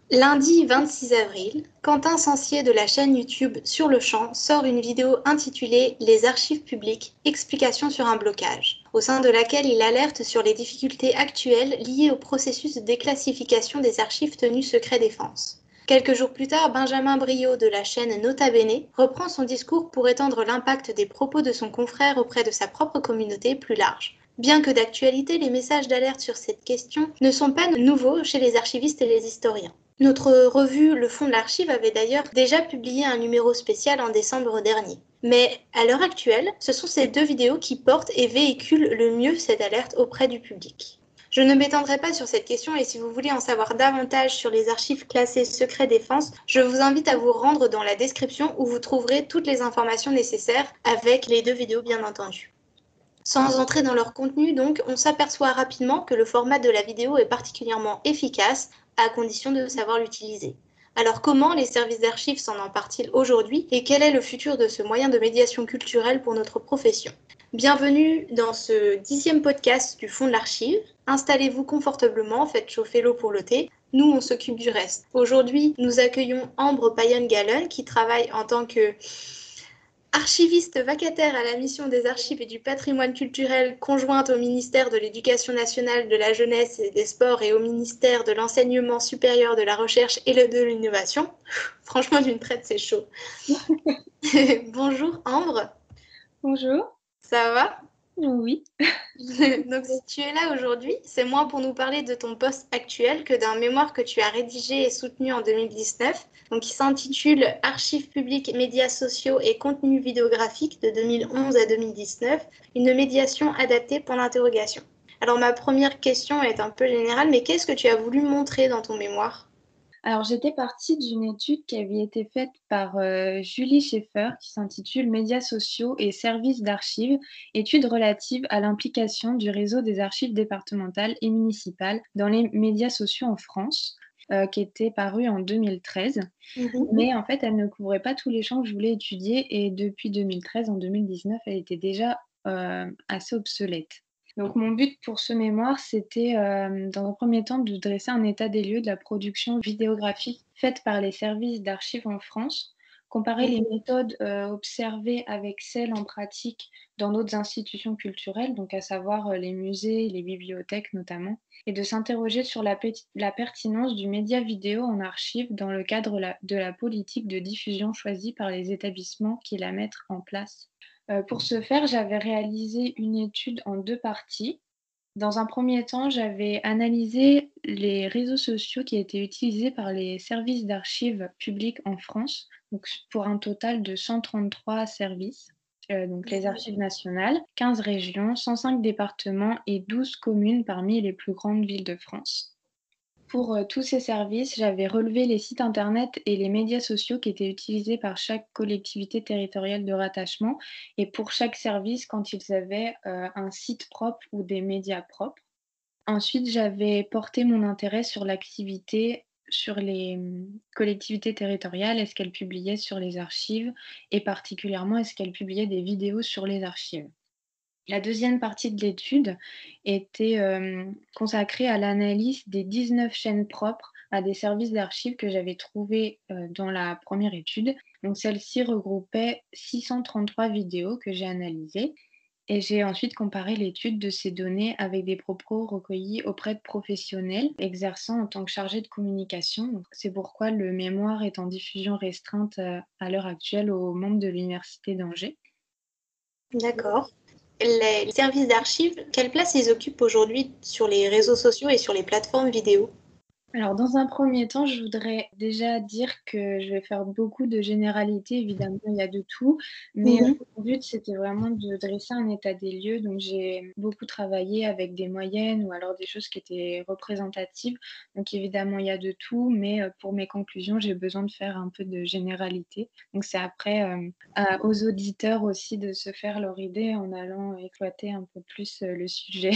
Lundi 26 avril, Quentin Sancier de la chaîne YouTube Sur le Champ sort une vidéo intitulée Les archives publiques, explications sur un blocage, au sein de laquelle il alerte sur les difficultés actuelles liées au processus de déclassification des archives tenues secret défense. Quelques jours plus tard, Benjamin Briot de la chaîne Nota Bene reprend son discours pour étendre l'impact des propos de son confrère auprès de sa propre communauté plus large. Bien que d'actualité, les messages d'alerte sur cette question ne sont pas nouveaux chez les archivistes et les historiens. Notre revue Le Fond de l'Archive avait d'ailleurs déjà publié un numéro spécial en décembre dernier. Mais à l'heure actuelle, ce sont ces deux vidéos qui portent et véhiculent le mieux cette alerte auprès du public. Je ne m'étendrai pas sur cette question et si vous voulez en savoir davantage sur les archives classées secret défense, je vous invite à vous rendre dans la description où vous trouverez toutes les informations nécessaires avec les deux vidéos bien entendu. Sans entrer dans leur contenu, donc, on s'aperçoit rapidement que le format de la vidéo est particulièrement efficace, à condition de savoir l'utiliser. Alors comment les services d'archives s'en emparent-ils aujourd'hui et quel est le futur de ce moyen de médiation culturelle pour notre profession? Bienvenue dans ce 10e podcast du Fond de l'Archive. Installez-vous confortablement, faites chauffer l'eau pour le thé. Nous, on s'occupe du reste. Aujourd'hui, nous accueillons Ambre Payon-Gallon qui travaille en tant que archiviste vacataire à la mission des archives et du patrimoine culturel conjointe au ministère de l'Éducation nationale, de la jeunesse et des sports et au ministère de l'enseignement supérieur, de la recherche et de l'innovation. Franchement, d'une traite, c'est chaud. Bonjour Ambre. Bonjour. Ça va? Oui. Donc si tu es là aujourd'hui, c'est moins pour nous parler de ton poste actuel que d'un mémoire que tu as rédigé et soutenu en 2019, donc qui s'intitule Archives publiques, médias sociaux et contenus vidéographiques de 2011 à 2019, une médiation adaptée pour l'interrogation. Alors ma première question est un peu générale, mais qu'est-ce que tu as voulu montrer dans ton mémoire? Alors, j'étais partie d'une étude qui avait été faite par Julie Schaeffer qui s'intitule Médias sociaux et services d'archives, étude relative à l'implication du réseau des archives départementales et municipales dans les médias sociaux en France, qui était parue en 2013. Mais en fait, elle ne couvrait pas tous les champs que je voulais étudier et depuis 2013, en 2019, elle était déjà assez obsolète. Donc mon but pour ce mémoire, c'était, dans un premier temps, de dresser un état des lieux de la production vidéographique faite par les services d'archives en France, comparer les méthodes, observées avec celles en pratique dans d'autres institutions culturelles, donc à savoir, les musées, les bibliothèques notamment, et de s'interroger sur la pertinence du média vidéo en archive dans le cadre de la politique de diffusion choisie par les établissements qui la mettent en place. Pour ce faire, j'avais réalisé une étude en 2 parties. Dans un premier temps, j'avais analysé les réseaux sociaux qui étaient utilisés par les services d'archives publiques en France, donc pour un total de 133 services, donc les archives nationales, 15 régions, 105 départements et 12 communes parmi les plus grandes villes de France. Pour tous ces services, j'avais relevé les sites internet et les médias sociaux qui étaient utilisés par chaque collectivité territoriale de rattachement et pour chaque service quand ils avaient un site propre ou des médias propres. Ensuite, j'avais porté mon intérêt sur l'activité sur les collectivités territoriales. Est-ce qu'elles publiaient sur les archives et particulièrement est-ce qu'elles publiaient des vidéos sur les archives? La deuxième partie de l'étude était, consacrée à l'analyse des 19 chaînes propres à des services d'archives que j'avais trouvées, dans la première étude. Donc celle-ci regroupait 633 vidéos que j'ai analysées et j'ai ensuite comparé l'étude de ces données avec des propos recueillis auprès de professionnels exerçant en tant que chargés de communication. Donc c'est pourquoi le mémoire est en diffusion restreinte, à l'heure actuelle aux membres de l'université d'Angers. D'accord. Les services d'archives, quelle place ils occupent aujourd'hui sur les réseaux sociaux et sur les plateformes vidéo? Alors, dans un premier temps, je voudrais déjà dire que je vais faire beaucoup de généralités. Évidemment, il y a de tout, mais mon but, c'était vraiment de dresser un état des lieux. Donc, j'ai beaucoup travaillé avec des moyennes ou alors des choses qui étaient représentatives. Donc, évidemment, il y a de tout, mais pour mes conclusions, j'ai besoin de faire un peu de généralité. Donc, c'est après aux auditeurs aussi de se faire leur idée en allant exploiter un peu plus le sujet.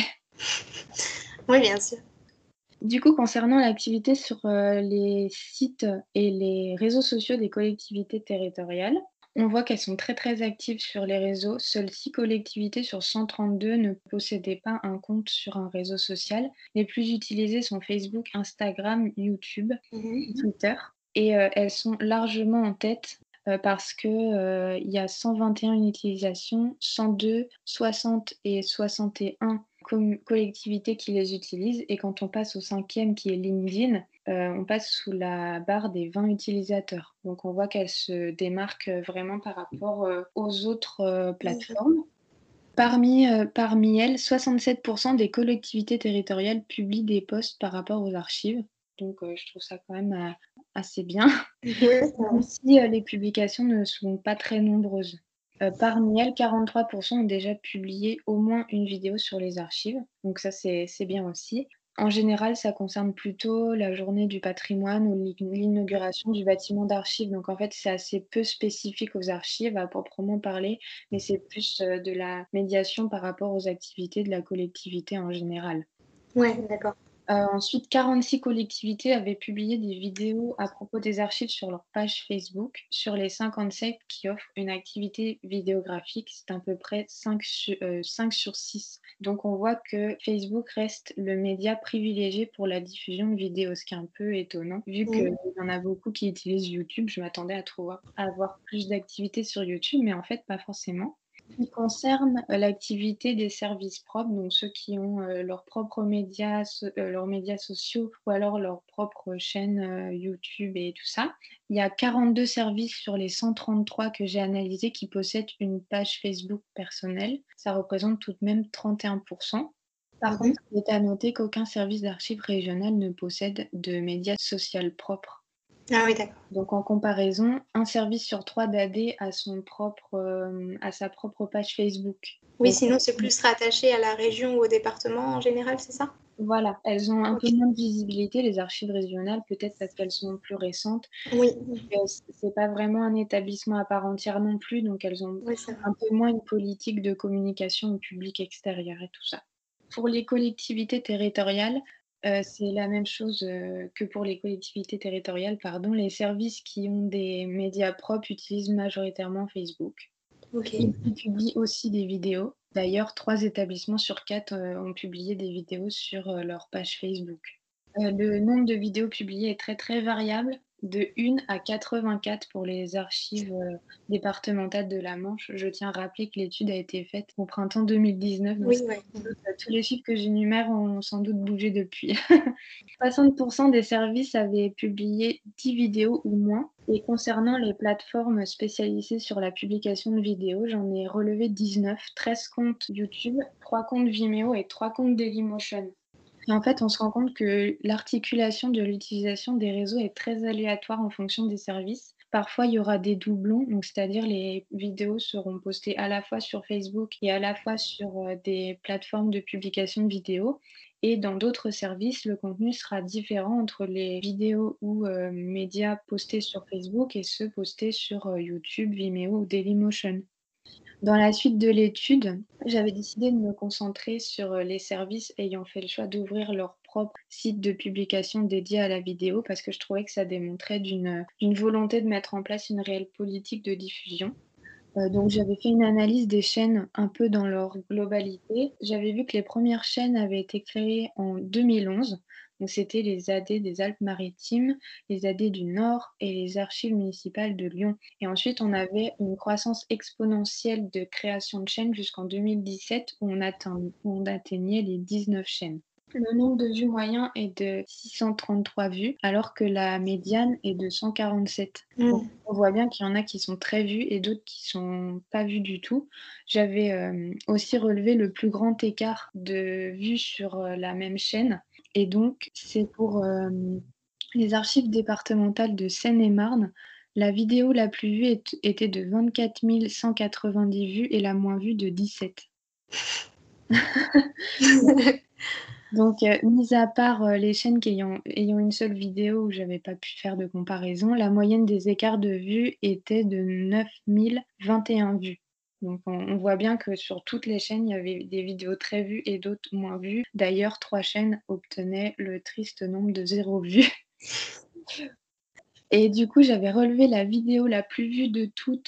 Oui, bien sûr. Du coup, concernant l'activité sur, les sites et les réseaux sociaux des collectivités territoriales, On voit qu'elles sont très, très actives sur les réseaux. Seules 6 collectivités sur 132 ne possédaient pas un compte sur un réseau social. Les plus utilisés sont Facebook, Instagram, YouTube et Mhm. Twitter et elles sont largement en tête, parce que, il y a 121 utilisations, 102, 60 et 61 collectivités qui les utilisent et quand on passe au 5e qui est LinkedIn, on passe sous la barre des 20 utilisateurs. Donc on voit qu'elle se démarque, vraiment par rapport, aux autres, plateformes. Parmi elles, 67 des collectivités territoriales publient des posts par rapport aux archives. Donc je trouve ça quand même, assez bien, Ouais, ça même va. si, les publications ne sont pas très nombreuses. Parmi elles, 43 ont déjà publié au moins une vidéo sur les archives, donc ça c'est bien aussi. En général, ça concerne plutôt la journée du patrimoine ou l'inauguration du bâtiment d'archives, donc en fait, c'est assez peu spécifique aux archives à proprement parler, mais c'est plus, de la médiation par rapport aux activités de la collectivité en général. Ouais, d'accord. Ensuite, 46 collectivités avaient publié des vidéos à propos des archives sur leur page Facebook. Sur les 57 qui offrent une activité vidéographique, c'est à peu près 5 sur 6. Donc on voit que Facebook reste le média privilégié pour la diffusion de vidéos, ce qui est un peu étonnant. Vu qu'il Mhm. y en a beaucoup qui utilisent YouTube, je m'attendais à avoir plus d'activités sur YouTube, mais en fait pas forcément. Qui concerne, l'activité des services propres, donc ceux qui ont, leurs médias sociaux ou alors leur propre chaîne, YouTube et tout ça. Il y a 42 services sur les 133 que j'ai analysés qui possèdent une page Facebook personnelle. Ça représente tout de même 31. Par Mhm. contre, il est à noter qu'aucun service d'archives régional ne possède de médias social propre. Ah oui, d'accord. Donc en comparaison, un service sur 3 d'AD a sa propre page Facebook. Oui, Donc sinon c'est plus rattaché à la région ou au département en général, c'est ça? voilà, elles ont un peu OK. moins de visibilité, les archives régionales, peut-être parce qu'elles sont plus récentes. Oui, C'est pas vraiment un établissement à part entière non plus, donc elles ont oui, c'est vrai. un peu moins une politique de communication au public extérieur et tout ça. Pour les collectivités territoriales, c'est la même chose, que pour les collectivités territoriales, pardon. Les services qui ont des médias propres utilisent majoritairement Facebook. OK. Ils publient aussi des vidéos. D'ailleurs, 3 établissements sur 4 ont publié des vidéos sur, leur page Facebook. Le nombre de vidéos publiées est très, très variable, de 1 à 84 pour les archives, départementales de la Manche. Je tiens à rappeler que l'étude a été faite au printemps 2019, donc Oui, ouais. sans doute, tous les chiffres que j'énumère ont sans doute bougé depuis. 60 des services avaient publié 10 vidéos ou moins et concernant les plateformes spécialisées sur la publication de vidéos, j'en ai relevé 19, 13 comptes YouTube, 3 comptes Vimeo et 3 comptes Dailymotion. Et en fait, on se rend compte que l'articulation de l'utilisation des réseaux est très aléatoire en fonction des services. Parfois, il y aura des doublons, donc c'est-à-dire les vidéos seront postées à la fois sur Facebook et à la fois sur, des plateformes de publication de vidéos. Et dans d'autres services, le contenu sera différent entre les vidéos ou, médias postés sur Facebook et ceux postés sur, YouTube, Vimeo ou Dailymotion. Dans la suite de l'étude, j'avais décidé de me concentrer sur, les services ayant fait le choix d'ouvrir leur propre site de publication dédié à la vidéo parce que je trouvais que ça démontrait d'une volonté de mettre en place une réelle politique de diffusion. Donc j'avais fait une analyse des chaînes un peu dans leur globalité. J'avais vu que les premières chaînes avaient été créées en 2011. Donc c'était les AD des Alpes-Maritimes, les AD du Nord et les Archives municipales de Lyon. Et ensuite, on avait une croissance exponentielle de création de chaînes jusqu'en 2017 où on atteignait les 19 chaînes. Le nombre de vues moyen est de 633 vues, alors que la médiane est de 147. Donc Mmh. on voit bien qu'il y en a qui sont très vus et d'autres qui sont pas vus du tout. J'avais, aussi relevé le plus grand écart de vues sur, la même chaîne et donc c'est pour, les archives départementales de Seine-et-Marne. La vidéo la plus vue était de 24 190 vues et la moins vue de 17. Donc, mis à part, les chaînes ayant une seule vidéo où j'avais pas pu faire de comparaison, la moyenne des écarts de vues était de 9 021 vues. Donc on voit bien que sur toutes les chaînes, il y avait des vidéos très vues et d'autres moins vues. D'ailleurs, 3 chaînes obtenaient le triste nombre de 0 vues. Et du coup, j'avais relevé la vidéo la plus vue de toutes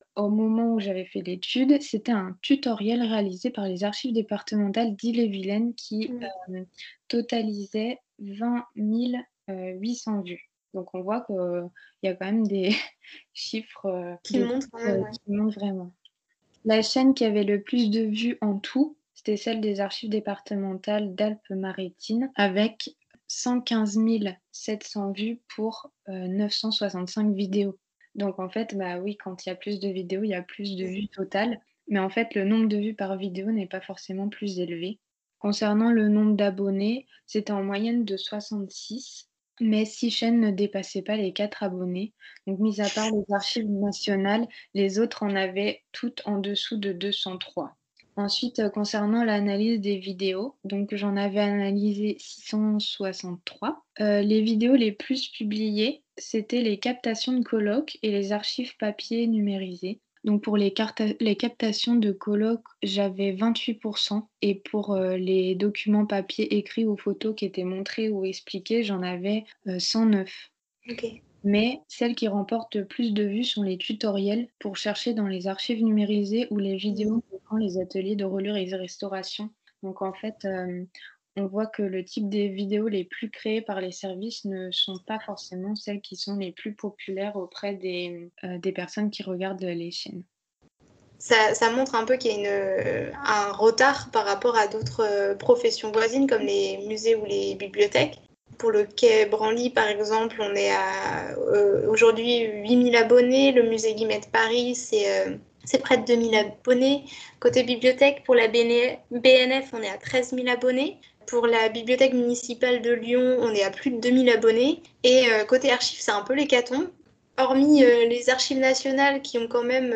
au moment où j'avais fait l'étude, c'était un tutoriel réalisé par les archives départementales d'Ille-et-Vilaine qui, Mmh. totalisait 20 800 vues. Donc on voit qu'il y a quand même des chiffres, Qui des montre quand même, ouais. qui montent vraiment. La chaîne qui avait le plus de vues en tout, c'était celle des archives départementales d'Alpes-Maritimes avec 115 700 vues pour, 965 vidéos. Donc en fait, bah, oui, quand il y a plus de vidéos, il y a plus de vues totales, mais en fait, le nombre de vues par vidéo n'est pas forcément plus élevé. Concernant le nombre d'abonnés, c'était en moyenne de 66, mais 6 chaînes ne dépassaient pas les 4 abonnés. Donc mis à part les archives nationales, les autres en avaient toutes en dessous de 203. Ensuite, concernant l'analyse des vidéos, donc j'en avais analysé 663. Les vidéos les plus publiées, c'était les captations de colloques et les archives papier numérisées. Donc pour les captations de colloques, j'avais 28 et pour, les documents papier écrits ou photos qui étaient montrés ou expliqués, j'en avais, 109. OK. Mais celles qui remportent le plus de vues sont les tutoriels pour chercher dans les archives numérisées ou les Mmh. vidéos montrant les ateliers de relure et de restauration. Donc en fait, on voit que le type des vidéos les plus créées par les services ne sont pas forcément celles qui sont les plus populaires auprès des personnes qui regardent les chaînes. Ça montre un peu qu'il y a un retard par rapport à d'autres professions voisines comme les musées ou les bibliothèques. Pour le Quai Branly, par exemple, on est à aujourd'hui 8000 abonnés. Le musée Guimet de Paris, c'est près de 2000 abonnés. Côté bibliothèque, pour la BNF, on est à 13 000 abonnés. Pour la bibliothèque municipale de Lyon, on est à plus de 2000 abonnés. Et côté archives, c'est un peu l'hécatombe. Hormis les archives nationales qui ont quand même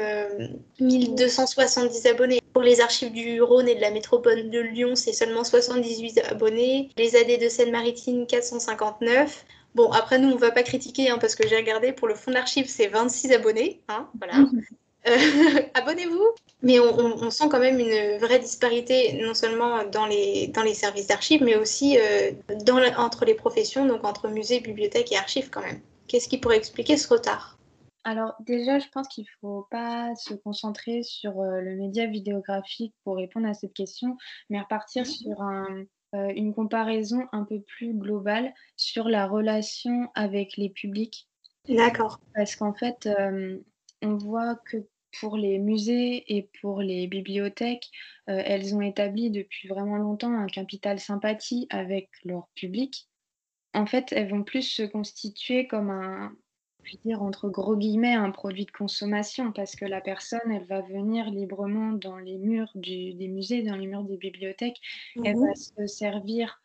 1270 abonnés. Pour les archives du Rhône et de la métropole de Lyon, c'est seulement 78 abonnés. Les AD de Seine-Maritime, 459. Bon, après, nous, on ne va pas critiquer, hein, parce que j'ai regardé, pour le fond d'archives, c'est 26 abonnés. Hein, voilà. Abonnez-vous. Mais on sent quand même une vraie disparité, non seulement dans les services d'archives, mais aussi entre les professions, donc entre musées, bibliothèques et archives quand même. Qu'est-ce qui pourrait expliquer ce retard? Alors déjà, je pense qu'il faut pas se concentrer sur, le média vidéographique pour répondre à cette question, mais repartir sur une comparaison un peu plus globale sur la relation avec les publics. D'accord. Parce qu'en fait, on voit que pour les musées et pour les bibliothèques, elles ont établi depuis vraiment longtemps un capital sympathie avec leur public. En fait, elles vont plus se constituer comme un, je vais dire entre gros guillemets, «un produit de consommation» parce que la personne, elle va venir librement dans les murs des musées, dans les murs des bibliothèques. Elle va Mhm. se servir,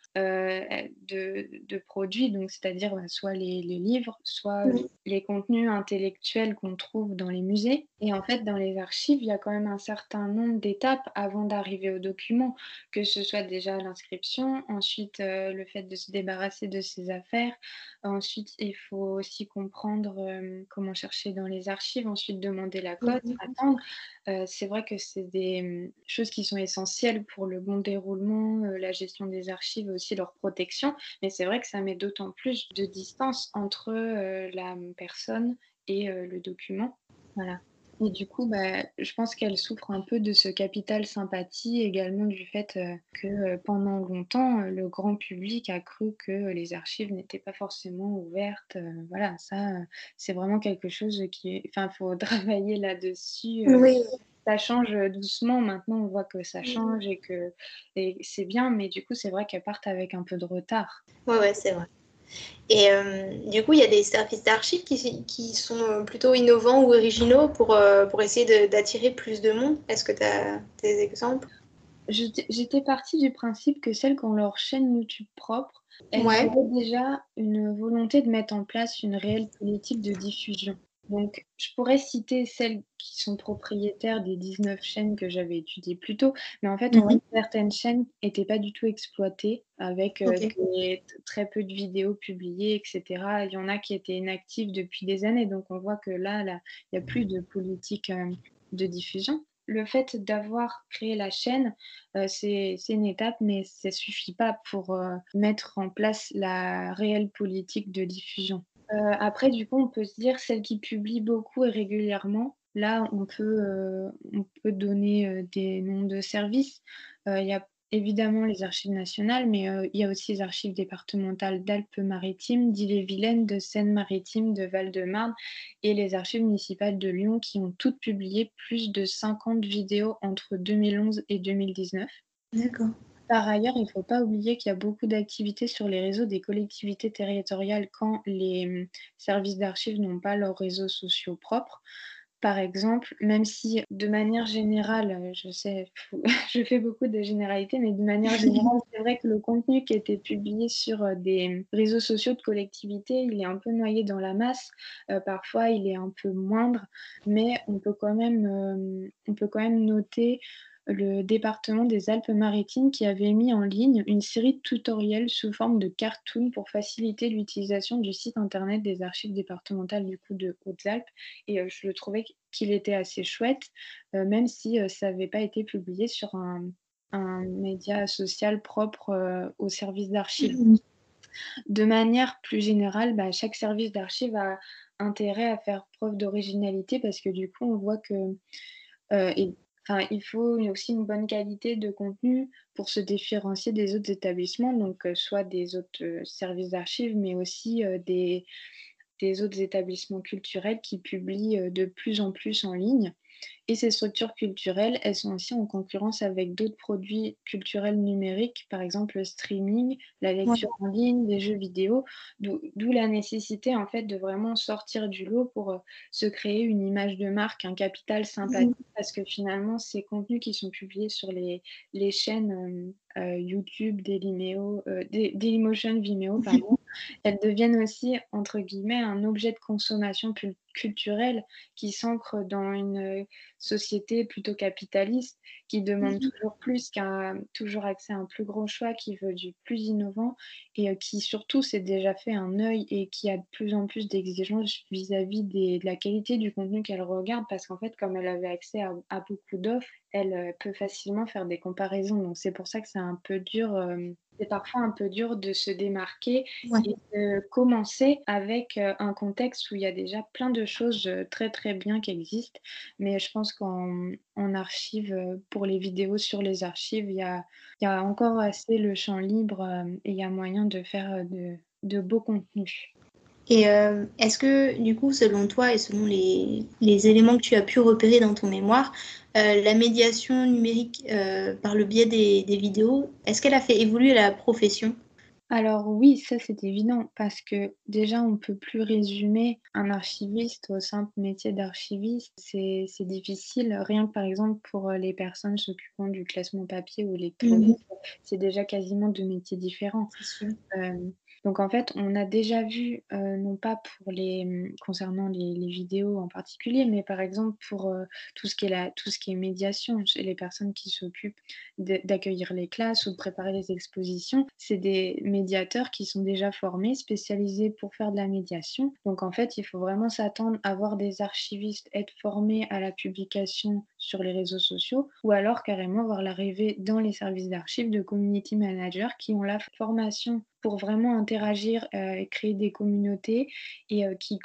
de produits, donc c'est-à-dire, soit les livres, soit, Mhm. les contenus intellectuels qu'on trouve dans les musées et en fait, dans les archives, il y a quand même un certain nombre d'étapes avant d'arriver aux documents, que ce soit déjà l'inscription, ensuite, le fait de se débarrasser de ses affaires. Ensuite, il faut aussi comprendre, comment chercher dans les archives, ensuite demander la cote, Mhm. attendre. C'est vrai que c'est des, choses qui sont essentielles pour le bon déroulement, la gestion des archives et aussi leur protection. Mais c'est vrai que ça met d'autant plus de distance entre, la, personne et le document. Voilà. Et du coup, bah, je pense qu'elle souffre un peu de ce capital sympathie, également du fait, que, pendant longtemps, le grand public a cru que les archives n'étaient pas forcément ouvertes, voilà, ça, c'est vraiment quelque chose qui est enfin, faut travailler là-dessus, Oui. ça change, doucement. Maintenant, on voit que ça Mhm. change et c'est bien, mais du coup, c'est vrai qu'elles partent avec un peu de retard. Ouais, ouais, c'est vrai. Et du coup, il y a des services d'archives qui sont plutôt innovants ou originaux pour essayer d'attirer plus de monde. Est-ce que tu as des exemples? J'étais partie du principe que celles qui ont leur chaîne YouTube propre, elles Ouais. avaient déjà une volonté de mettre en place une réelle politique de diffusion. Donc je pourrais citer celles qui sont propriétaires des 19 chaînes que j'avais étudiées plus tôt, mais en fait, on voit Mhm. que certaines chaînes étaient pas du tout exploitées avec, Ok. des très peu de vidéos publiées et cetera. Il y en a qui étaient inactives depuis des années, donc on voit que là, il y a plus de politique, de diffusion. Le fait d'avoir créé la chaîne, c'est une étape, mais ça suffit pas pour, mettre en place la réelle politique de diffusion. Après du coup, on peut se dire celles qui publient beaucoup et régulièrement, Là, on peut donner, des noms de services. Il y a évidemment les archives nationales, mais il y a aussi les archives départementales d'Alpes-Maritimes, d'Ille-et-Vilaine, de Seine-Maritime, de Val-de-Marne et les archives municipales de Lyon qui ont toutes publié plus de 50 vidéos entre 2011 et 2019. D'accord. Par ailleurs, il ne faut pas oublier qu'il y a beaucoup d'activités sur les réseaux des collectivités territoriales quand les, services d'archives n'ont pas leurs réseaux sociaux propres. Par exemple, même si de manière générale, je sais, je fais beaucoup de généralités, mais de manière générale, c'est vrai que le contenu qui était publié sur, des, réseaux sociaux de collectivités, il est un peu noyé dans la masse. Parfois, il est un peu moindre, mais on peut quand même noter le département des Alpes-Maritimes qui avait mis en ligne une série de tutoriels sous forme de cartoon pour faciliter l'utilisation du site internet des archives départementales, du coup, de Hautes-Alpes et je le trouvais qu'il était assez chouette, même si, ça n'avait pas été publié sur un média social propre, au service d'archives. Mhm. De manière plus générale, bah, chaque service d'archives a intérêt à faire preuve d'originalité parce que du coup, on voit que, et enfin, il faut aussi une bonne qualité de contenu pour se différencier des autres établissements, donc soit des autres, services d'archives, mais aussi, des autres établissements culturels qui publient, de plus en plus en ligne. Et ces structures culturelles, elles sont aussi en concurrence avec d'autres produits culturels numériques, par exemple le streaming, la Ouais. lecture en ligne, les jeux vidéo, d'où la nécessité en fait de vraiment sortir du lot pour, se créer une image de marque, un capital sympathique Mhm. parce que finalement ces contenus qui sont publiés sur les chaînes, YouTube, Dailymotion, Vimeo, pardon, elles deviennent aussi entre guillemets «un objet de consommation culturelle» qui s'ancre dans une, société plutôt capitaliste qui demande Mhm. toujours plus, qui a toujours accès à un plus gros choix, qui veut du plus innovant et qui surtout s'est déjà fait un œil et qui a de plus en plus d'exigences vis-à-vis de la qualité du contenu qu'elle regarde parce qu'en fait, comme elle avait accès à beaucoup d'offres, elle, peut facilement faire des comparaisons. Donc c'est pour ça que c'est un peu dur, c'est parfois un peu dur de se démarquer Ouais. et de commencer avec, un contexte où il y a déjà plein de choses, très, très bien qui existent. Mais je pense qu'en archive, pour les vidéos sur les archives, il y a encore assez le champ libre, et il y a moyen de faire, de beaux contenus. Et est-ce que, du coup, selon toi et selon les éléments que tu as pu repérer dans ton mémoire, la médiation numérique par le biais des vidéos, est-ce qu'elle a fait évoluer la profession? Alors oui, ça c'est évident parce que déjà on peut plus résumer un archiviste au simple métier d'archiviste. C'est difficile, rien que par exemple pour, les personnes s'occupant du classement papier ou électronique, Mhm. c'est déjà quasiment 2 métiers différents. C'est sûr. Donc en fait, on a déjà vu, non pas pour concernant les vidéos en particulier, mais par exemple pour, tout ce qui est médiation chez les personnes qui s'occupent d'accueillir les classes ou de préparer les expositions. C'est des médiateurs qui sont déjà formés, spécialisés pour faire de la médiation. Donc en fait, il faut vraiment s'attendre à voir des archivistes être formés à la publication sur les réseaux sociaux ou alors carrément voir l'arrivée dans les services d'archives de community managers qui ont la formation pour vraiment interagir, et créer des communautés et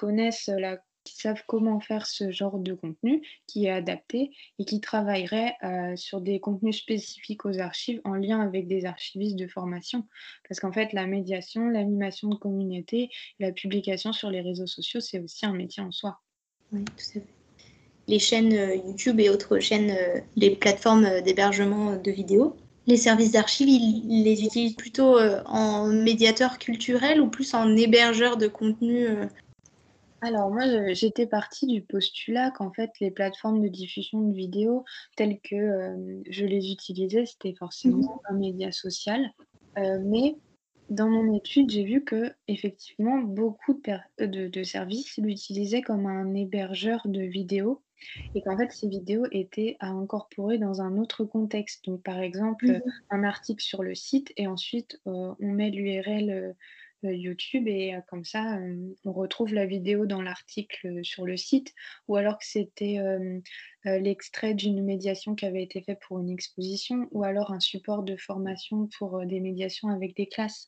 qui savent comment faire ce genre de contenu qui est adapté et qui travailleraient, sur des contenus spécifiques aux archives en lien avec des archivistes de formation. Parce qu'en fait, la médiation, l'animation de communauté, la publication sur les réseaux sociaux, c'est aussi un métier en soi. Oui, tout à fait. Les chaînes YouTube et autres chaînes, les plateformes d'hébergement de vidéos. Les services d'archives, ils les utilisent plutôt en médiateur culturel ou plus en hébergeur de contenu Alors moi, j'étais partie du postulat qu'en fait, les plateformes de diffusion de vidéos telles que, je les utilisais, c'était forcément Mhm. un média social. Mais dans mon étude, j'ai vu qu'effectivement, beaucoup de services l'utilisaient comme un hébergeur de vidéos et qu'en fait, ces vidéos étaient à incorporer dans un autre contexte. Donc par exemple, Mhm. un article sur le site et ensuite, on met l'URL, YouTube et comme ça, on retrouve la vidéo dans l'article, sur le site ou alors que c'était, l'extrait d'une médiation qui avait été faite pour une exposition ou alors un support de formation pour, des médiations avec des classes.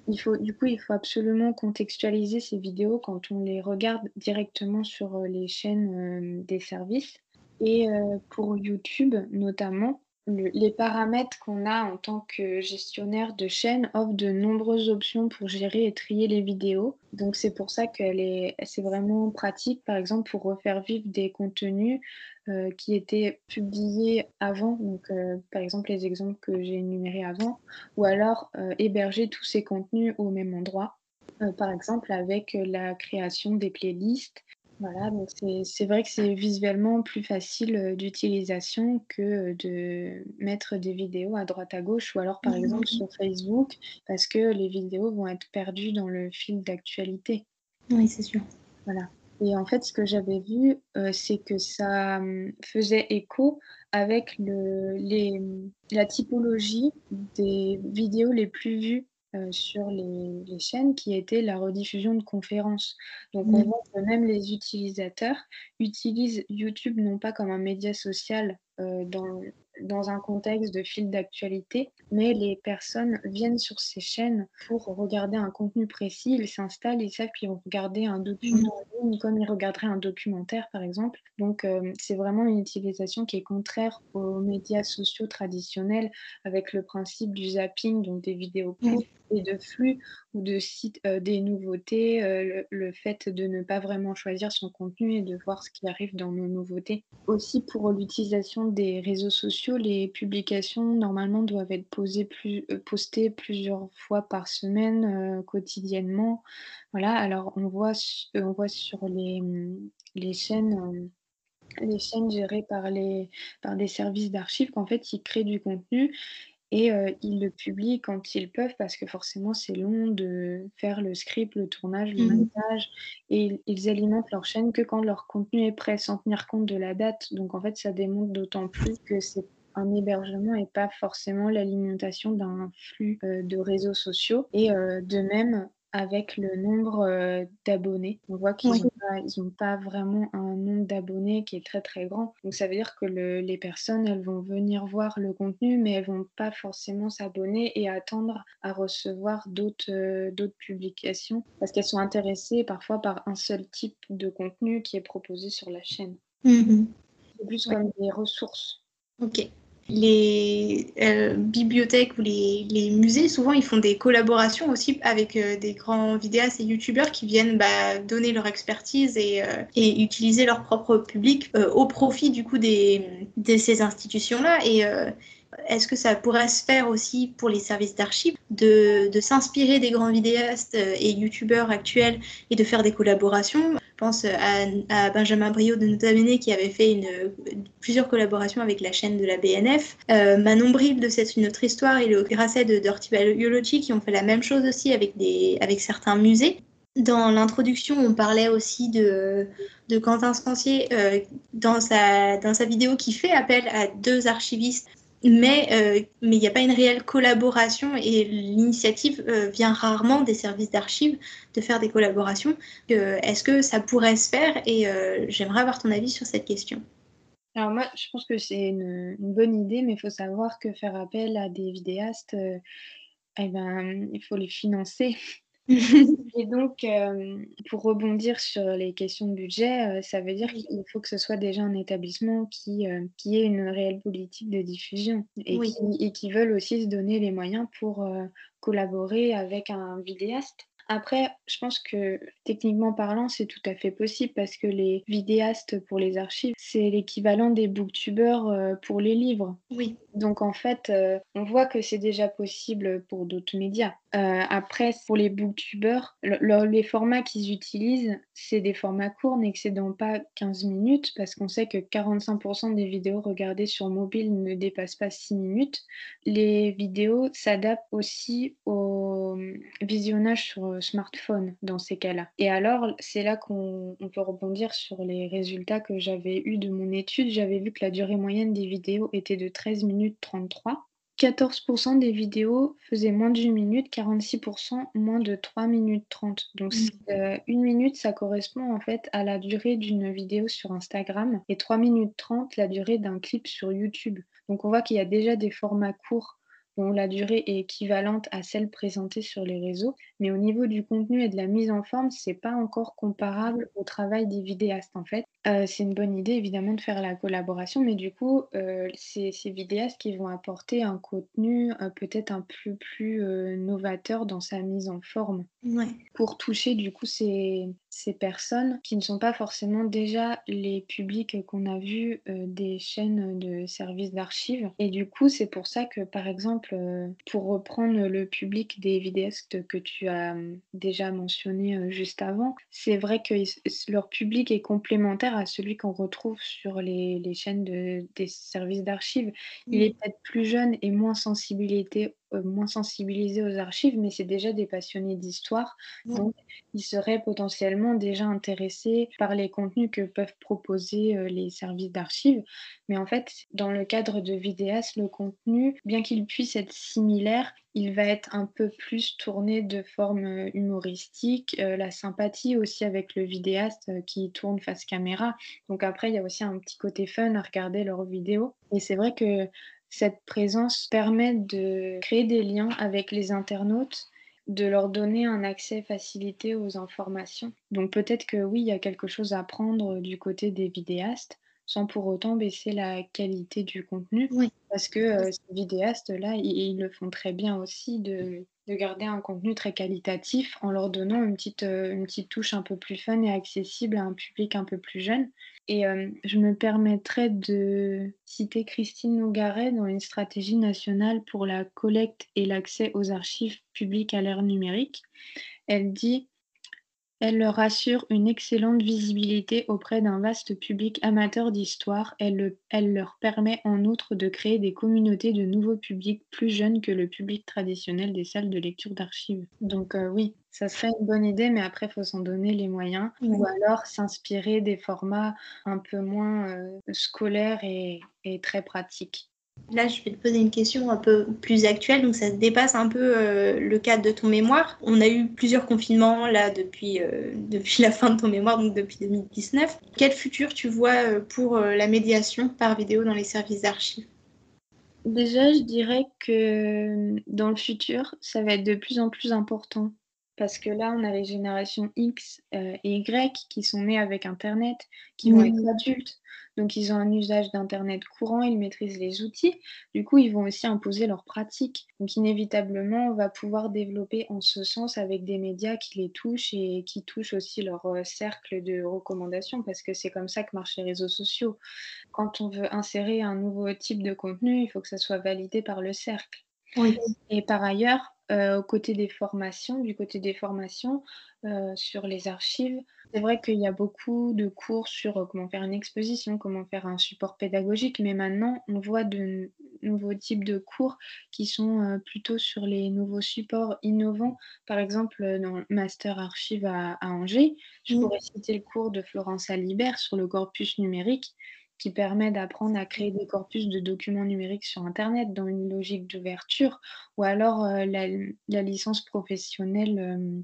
il faut absolument contextualiser ces vidéos quand on les regarde directement sur, les chaînes, des services et pour YouTube notamment, les paramètres qu'on a en tant que gestionnaire de chaîne offrent de nombreuses options pour gérer et trier les vidéos. Donc c'est pour ça c'est vraiment pratique, par exemple, pour refaire vivre des contenus, qui étaient publiés avant, donc par exemple, les exemples que j'ai énumérés avant ou alors, héberger tous ces contenus au même endroit, par exemple avec, la création des playlists. Voilà, donc c'est vrai que c'est visuellement plus facile, d'utilisation que, de mettre des vidéos à droite à gauche ou alors par exemple Mhm. sur Facebook parce que les vidéos vont être perdues dans le fil d'actualité. Oui, c'est sûr. Voilà et en fait, ce que j'avais vu, c'est que ça, faisait écho avec la typologie des vidéos les plus vues, sur les chaînes qui étaient la rediffusion de conférences. Donc on Mhm. voit que même les utilisateurs utilisent YouTube non pas comme un média social, dans un contexte de fil d'actualité, mais les personnes viennent sur ces chaînes pour regarder un contenu précis. Ils s'installent, ils savent qu'ils vont regarder un document Mhm. en ligne comme ils regarderaient un documentaire, par exemple. Donc, c'est vraiment une utilisation qui est contraire aux médias sociaux traditionnels avec le principe du zapping, donc des vidéos courtes Oui. et de flux ou de sites, des nouveautés, le fait de ne pas vraiment choisir son contenu et de voir ce qui arrive dans nos nouveautés. Aussi pour l'utilisation des réseaux sociaux, les publications normalement doivent être postées plusieurs fois par semaine, quotidiennement. Voilà, alors on voit sur les chaînes gérées par des services d'archives qu'en fait, ils créent du contenu et ils le publient quand ils peuvent parce que forcément c'est long de faire le script, le tournage, le Mhm. montage et ils alimentent leur chaîne que quand leur contenu est prêt, sans tenir compte de la date. Donc en fait, ça démontre d'autant plus que c'est un hébergement et pas forcément l'alimentation d'un flux, de réseaux sociaux et de même avec le nombre, d'abonnés. On voit Oui. ils ont pas vraiment un nombre d'abonnés qui est très, très grand. Donc ça veut dire que les personnes, elles vont venir voir le contenu, mais elles vont pas forcément s'abonner et attendre à recevoir d'autres publications parce qu'elles sont intéressées parfois par un seul type de contenu qui est proposé sur la chaîne. Mhm. C'est plus Ouais. comme des ressources. Ok. Les bibliothèques ou les musées, souvent, ils font des collaborations aussi avec des grands vidéastes et youtubeurs qui viennent donner leur expertise et utiliser leur propre public au profit du coup de ces institutions-là. Et est-ce que ça pourrait se faire aussi pour les services d'archives de s'inspirer des grands vidéastes et youtubeurs actuels et de faire des collaborations? Je pense à Benjamin Briot de Nota Bene qui avait fait plusieurs collaborations avec la chaîne de la BNF. Manon Bril de C'est une autre histoire et le Grasset de Dirty Biology qui ont fait la même chose aussi avec certains musées. Dans l'introduction, on parlait aussi de Quentin Scancier dans sa vidéo qui fait appel à deux archivistes, mais il n'y a pas une réelle collaboration et l'initiative vient rarement des services d'archives de faire des collaborations. Est-ce que ça pourrait se faire? Et j'aimerais avoir ton avis sur cette question. Alors moi, je pense que c'est une bonne idée, mais il faut savoir que faire appel à des vidéastes, et ben, il faut les financer. Et donc, pour rebondir sur les questions de budget, ça veut dire Oui, qu'il faut que ce soit déjà un établissement qui ait une réelle politique de diffusion oui, et qui veulent aussi se donner les moyens pour, collaborer avec un vidéaste. Après, je pense que techniquement parlant, c'est tout à fait possible parce que les vidéastes pour les archives, c'est l'équivalent des booktubers, pour les livres. oui. Donc en fait, on voit que c'est déjà possible pour d'autres médias. Après pour les booktubers, les formats qu'ils utilisent, c'est des formats courts n'excédant pas 15 minutes parce qu'on sait que 45 des vidéos regardées sur mobile ne dépassent pas 6 minutes. Les vidéos s'adaptent aussi au, visionnage sur, smartphone dans ces cas-là. Et alors, c'est là qu'on peut rebondir sur les résultats que j'avais eus de mon étude. J'avais vu que la durée moyenne des vidéos était de 13 minutes 33. 14 des vidéos faisaient moins d'1 minute, 46 moins de 3 minutes 30. Donc c Mm. 1 minute, ça correspond en fait à la durée d'une vidéo sur Instagram et 3 minutes 30 la durée d'un clip sur YouTube. Donc on voit qu'il y a déjà des formats courts, dont la durée est équivalente à celle présentée sur les réseaux. Mais au niveau du contenu et de la mise en forme, c'est pas encore comparable au travail des vidéastes, en fait. C'est une bonne idée évidemment de faire la collaboration, mais du coup, c'est ces vidéastes qui vont apporter un contenu, peut-être un peu plus, novateur dans sa mise en forme. Ouais. Pour toucher du coup ces personnes qui ne sont pas forcément déjà les publics qu'on a vus, des chaînes de services d'archives et du coup, c'est pour ça que, par exemple, pour reprendre le public des vidéastes que tu as, déjà mentionné, juste avant, c'est vrai que leur public est complémentaire à celui qu'on retrouve sur les chaînes des services d'archives. Il est Mmh. peut-être plus jeune et moins sensibilisé aux archives, mais c'est déjà des passionnés d'histoire Ouais. donc, ils seraient potentiellement déjà intéressés par les contenus que peuvent proposer, les services d'archives. Mais en fait, dans le cadre de vidéastes, le contenu, bien qu'il puisse être similaire, il va être un peu plus tourné de forme, humoristique, la sympathie aussi avec le vidéaste, qui tourne face caméra. Donc après, il y a aussi un petit côté fun à regarder leurs vidéos et c'est vrai que cette présence permet de créer des liens avec les internautes de leur donner un accès facilité aux informations. Donc peut-être que oui, il y a quelque chose à prendre, du côté des vidéastes, sans pour autant baisser la qualité du contenu. Oui. Parce que, ces vidéastes-là, ils le font très bien aussi de garder un contenu très qualitatif en leur donnant une petite touche un peu plus fun et accessible à un public un peu plus jeune. Et je me permettrais de citer Christine Nougaret dans une stratégie nationale pour la collecte et l'accès aux archives publiques à l'ère numérique. Elle dit: elle leur assure une excellente visibilité auprès d'un vaste public amateur d'histoire. Elle leur permet en outre de créer des communautés de nouveaux publics plus jeunes que le public traditionnel des salles de lecture d'archives. Donc oui, ça serait une bonne idée, mais après, il faut s'en donner les moyens ou Ouais. alors s'inspirer des formats un peu moins, scolaires et très pratiques. Là, je vais te poser une question un peu plus actuelle, donc ça dépasse un peu le cadre de ton mémoire. On a eu plusieurs confinements là depuis la fin de ton mémoire, donc depuis 2019. Quel futur tu vois pour la médiation par vidéo dans les services d'archives? Déjà, je dirais que, dans le futur, ça va être de plus en plus important. Parce que là, on a les générations X, et Y qui sont nées avec internet, qui vont être adultes. Donc ils ont un usage d'internet courant, ils maîtrisent les outils. Du coup, ils vont aussi imposer leurs pratiques. Donc inévitablement, on va pouvoir développer en ce sens avec des médias qui les touchent et qui touchent aussi leur, cercle de recommandations parce que c'est comme ça que marchent les réseaux sociaux. Quand on veut insérer un nouveau type de contenu, il faut que ça soit validé par le cercle. Oui. Et par ailleurs, du côté des formations, sur les archives, c'est vrai qu'il y a beaucoup de cours sur, comment faire une exposition, comment faire un support pédagogique, mais maintenant on voit de nouveaux types de cours qui sont, plutôt sur les nouveaux supports innovants. Par exemple, dans le master archives à Angers, je Mm. pourrais citer le cours de Florence Alibert sur le corpus numérique qui permet d'apprendre à créer des corpus de documents numériques sur internet dans une logique d'ouverture ou alors, la licence professionnelle,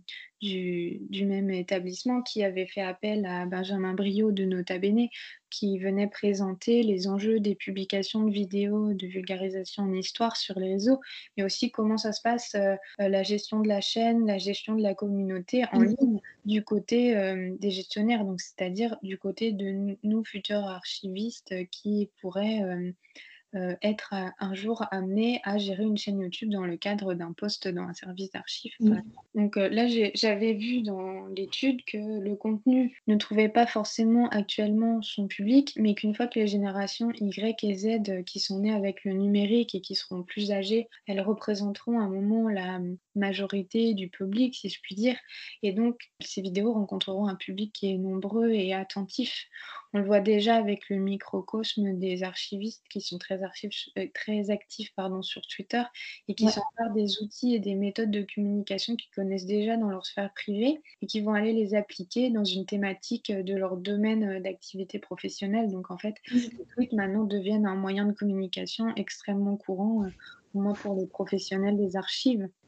du même établissement qui avait fait appel à Benjamin Briot de Nota Bene, qui venait présenter les enjeux des publications de vidéos de vulgarisation en histoire sur les réseaux, mais aussi comment ça se passe, la gestion de la chaîne, la gestion de la communauté en Mm. ligne du côté, des gestionnaires, donc c'est-à-dire du côté de nous futurs archivistes, qui pourraient, être, un jour amené à gérer une chaîne YouTube dans le cadre d'un poste dans un service d'archives, par Mm. exemple. Donc, là, j'avais vu dans l'étude que le contenu ne trouvait pas forcément actuellement son public, mais qu'une fois que les générations Y et Z, qui sont nées avec le numérique et qui seront plus âgées, elles représenteront à un moment la, majorité du public, si je puis dire et donc ces vidéos rencontreront un public qui est nombreux et attentif. On le voit déjà avec le microcosme des archivistes qui sont très actifs pardon, sur Twitter et qui Ouais. s'emparent des outils et des méthodes de communication qu'ils connaissent déjà dans leur sphère privée et qui vont aller les appliquer dans une thématique, de leur domaine, d'activité professionnelle. Donc en fait, les tweets maintenant deviennent un moyen de communication extrêmement courant, au moins pour les professionnels des archives.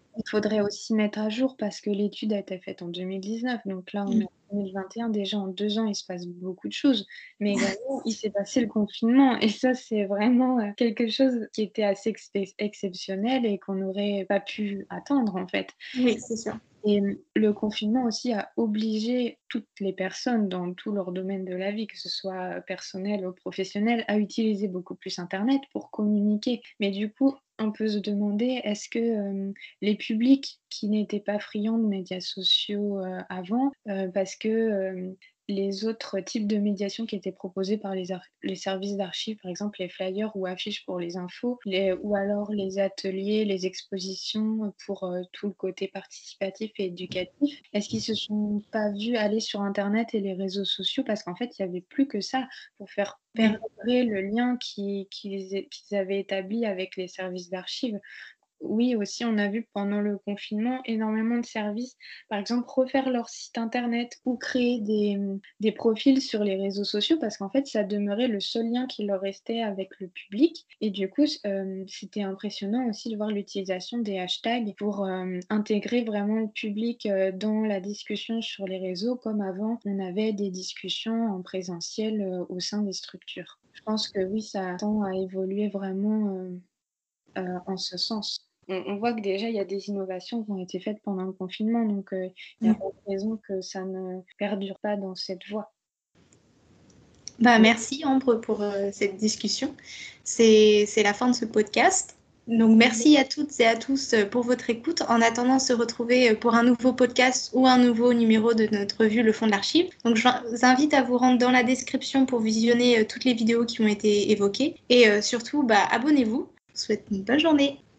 Il faudrait aussi mettre à jour parce que l'étude a été faite en 2019, donc là, on est Mmh. en 2021. Déjà, en 2 ans, il se passe beaucoup de choses, mais également, il s'est passé le confinement et ça, c'est vraiment, quelque chose qui était assez exceptionnel et qu'on n'aurait pas pu attendre, en fait. Oui, c'est sûr. Et le confinement aussi a obligé toutes les personnes dans tous leurs domaines de la vie, que ce soit, personnel ou professionnel, à utiliser beaucoup plus internet pour communiquer. Mais du coup, on peut se demander, est-ce que, les publics qui n'étaient pas friands de médias sociaux, avant, parce que, les autres types de médiation qui étaient proposés par les services d'archives, par exemple les flyers ou affiches pour les infos, ou alors les ateliers, les expositions pour, tout le côté participatif et éducatif. Est-ce qu'ils se sont pas vus aller sur internet et les réseaux sociaux? Parce qu'en fait, il y avait plus que ça pour faire Oui. perdurer le lien qu'ils avaient établi avec les services d'archives. Oui, aussi, on a vu pendant le confinement énormément de services, par exemple, refaire leur site internet ou créer des profils sur les réseaux sociaux parce qu'en fait, ça demeurait le seul lien qui leur restait avec le public et du coup, c'était impressionnant aussi de voir l'utilisation des hashtags pour, intégrer vraiment le public, dans la discussion sur les réseaux comme avant on avait des discussions en présentiel, au sein des structures. Je pense que oui, ça tend à évoluer vraiment, en ce sens. On voit que déjà il y a des innovations qui ont été faites pendant le confinement, donc il n'y a Mmh. pas de raison que ça ne perdure pas dans cette voie. Bah, merci Ambre pour cette discussion. C'est la fin de ce podcast. Donc merci à toutes et à tous pour votre écoute. En attendant de se retrouver pour un nouveau podcast ou un nouveau numéro de notre revue Le Fond de l'Archive. Donc je vous invite à vous rendre dans la description pour visionner toutes les vidéos qui ont été évoquées. Et surtout, bah, abonnez-vous. Je vous souhaite une bonne journée.